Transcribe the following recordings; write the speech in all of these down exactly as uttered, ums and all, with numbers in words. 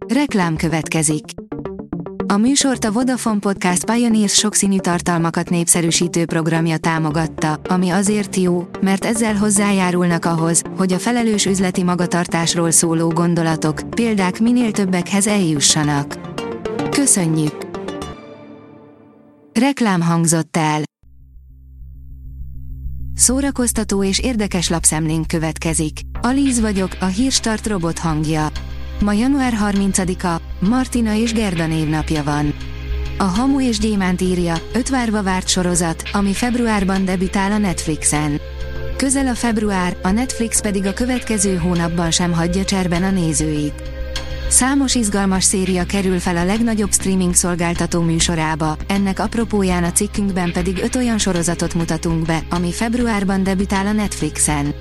Reklám következik. A műsort a Vodafone Podcast Pioneers sokszínű tartalmakat népszerűsítő programja támogatta, ami azért jó, mert ezzel hozzájárulnak ahhoz, hogy a felelős üzleti magatartásról szóló gondolatok, példák minél többekhez eljussanak. Köszönjük! Reklám hangzott el. Szórakoztató és érdekes lapszemlénk következik. Alíz vagyok, a Hírstart robot hangja. Ma január harmincadika, Martina és Gerda névnapja van. A Hamu és Gyémánt írja, öt várva várt sorozat, ami februárban debütál a Netflixen. Közel a február, a Netflix pedig a következő hónapban sem hagyja cserben a nézőit. Számos izgalmas széria kerül fel a legnagyobb streaming szolgáltató műsorába, ennek apropóján a cikkünkben pedig öt olyan sorozatot mutatunk be, ami februárban debütál a Netflixen.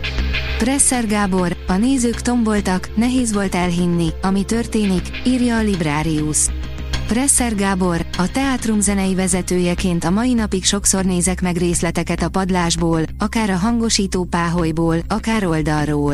Presser Gábor, a nézők tomboltak, nehéz volt elhinni, ami történik, írja a Librarius. Presser Gábor, a Teátrum zenei vezetőjeként a mai napig sokszor nézek meg részleteket a padlásból, akár a hangosító páholyból, akár oldalról.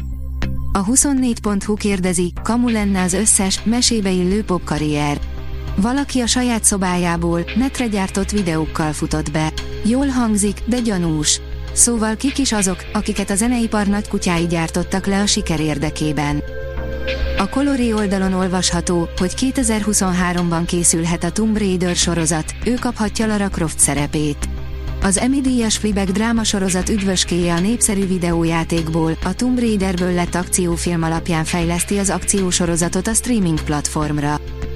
A huszonnégy pont hu kérdezi, kamu lenne az összes, mesébe illő popkarrier. Valaki a saját szobájából, netre gyártott videókkal futott be. Jól hangzik, de gyanús. Szóval kik is azok, akiket a zeneipar nagykutyái gyártottak le a siker érdekében. A Colori oldalon olvasható, hogy kétezer-huszonháromban készülhet a Tomb Raider sorozat, ő kaphatja Lara Croft szerepét. Az Emmy-díjas Fleabag drámasorozat üdvöskéje a népszerű videójátékból, a Tomb Raiderből lett akciófilm alapján fejleszti az akciósorozatot a streaming platformra.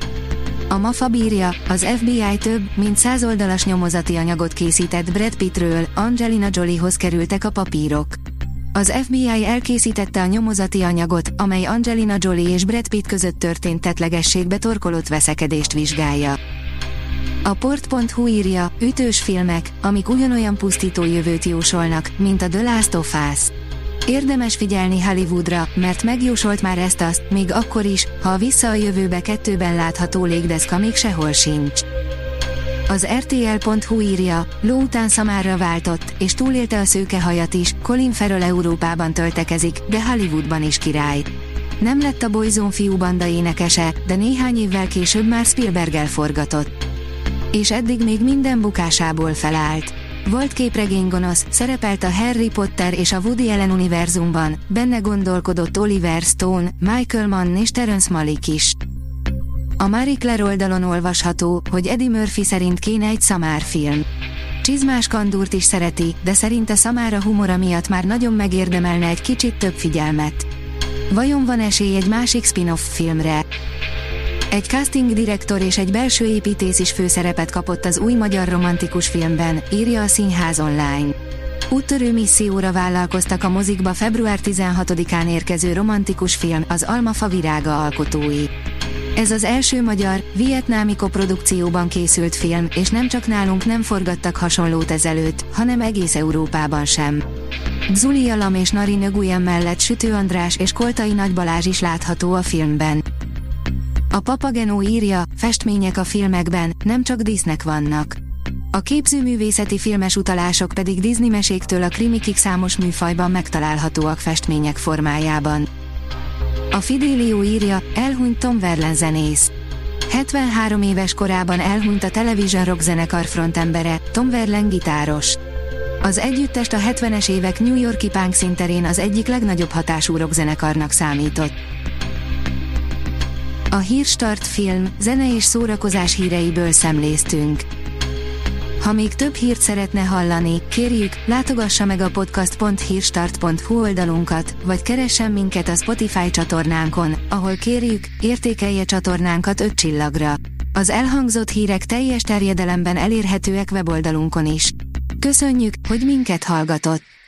A MAFA bírja, az ef bé i több, mint száz oldalas nyomozati anyagot készített Brad Pittről, Angelina Joliehoz kerültek a papírok. Az ef bé i elkészítette a nyomozati anyagot, amely Angelina Jolie és Brad Pitt között történt tettlegességbe torkolott veszekedést vizsgálja. A port pont hu írja, ütős filmek, amik ugyanolyan pusztító jövőt jósolnak, mint a The Last of Us. Érdemes figyelni Hollywoodra, mert megjósolt már ezt-azt, még akkor is, ha a Vissza a jövőbe kettőben látható légdeszka még sehol sincs. Az er té el pont hu írja, ló után szamárra váltott, és túlélte a szőkehajat is, Colin Farrell Európában töltekezik, de Hollywoodban is király. Nem lett a Boyzone fiúbanda énekese, de néhány évvel később már Spielberggel forgatott. És eddig még minden bukásából felállt. Volt képregénygonosz, szerepelt a Harry Potter és a Woody Allen univerzumban, benne gondolkodott Oliver Stone, Michael Mann és Terrence Malick is. A Marie Claire oldalon olvasható, hogy Eddie Murphy szerint kéne egy szamárfilm. Csizmás Kandúrt is szereti, de szerinte szamára humora miatt már nagyon megérdemelne egy kicsit több figyelmet. Vajon van esély egy másik spin-off filmre? Egy casting direktor és egy belső építész is főszerepet kapott az új magyar romantikus filmben, írja a Színház online. Úttörő misszióra vállalkoztak a mozikba február tizenhatodikán érkező romantikus film, az Almafa virága alkotói. Ez az első magyar, vietnámi koprodukcióban készült film, és nem csak nálunk nem forgattak hasonlót ezelőtt, hanem egész Európában sem. Zuli Alam és Nari Nguyen mellett Sütő András és Koltai Nagy Balázs is látható a filmben. A Papageno írja, festmények a filmekben, nem csak Disneynek vannak. A képzőművészeti filmes utalások pedig Disney meséktől a krimikig számos műfajban megtalálhatóak festmények formájában. A Fidelio írja, elhunyt Tom Verlaine zenész. hetvenhárom éves korában elhunyt a Television Rock zenekar frontembere, Tom Verlaine gitáros. Az együttest a hetvenes évek New York-i punk színterén az egyik legnagyobb hatású rockzenekarnak számított. A Hírstart film, zene és szórakozás híreiből szemléztünk. Ha még több hírt szeretne hallani, kérjük, látogassa meg a podcast pont hírstart pont hu oldalunkat, vagy keressen minket a Spotify csatornánkon, ahol kérjük, értékelje csatornánkat öt csillagra. Az elhangzott hírek teljes terjedelemben elérhetőek weboldalunkon is. Köszönjük, hogy minket hallgatott!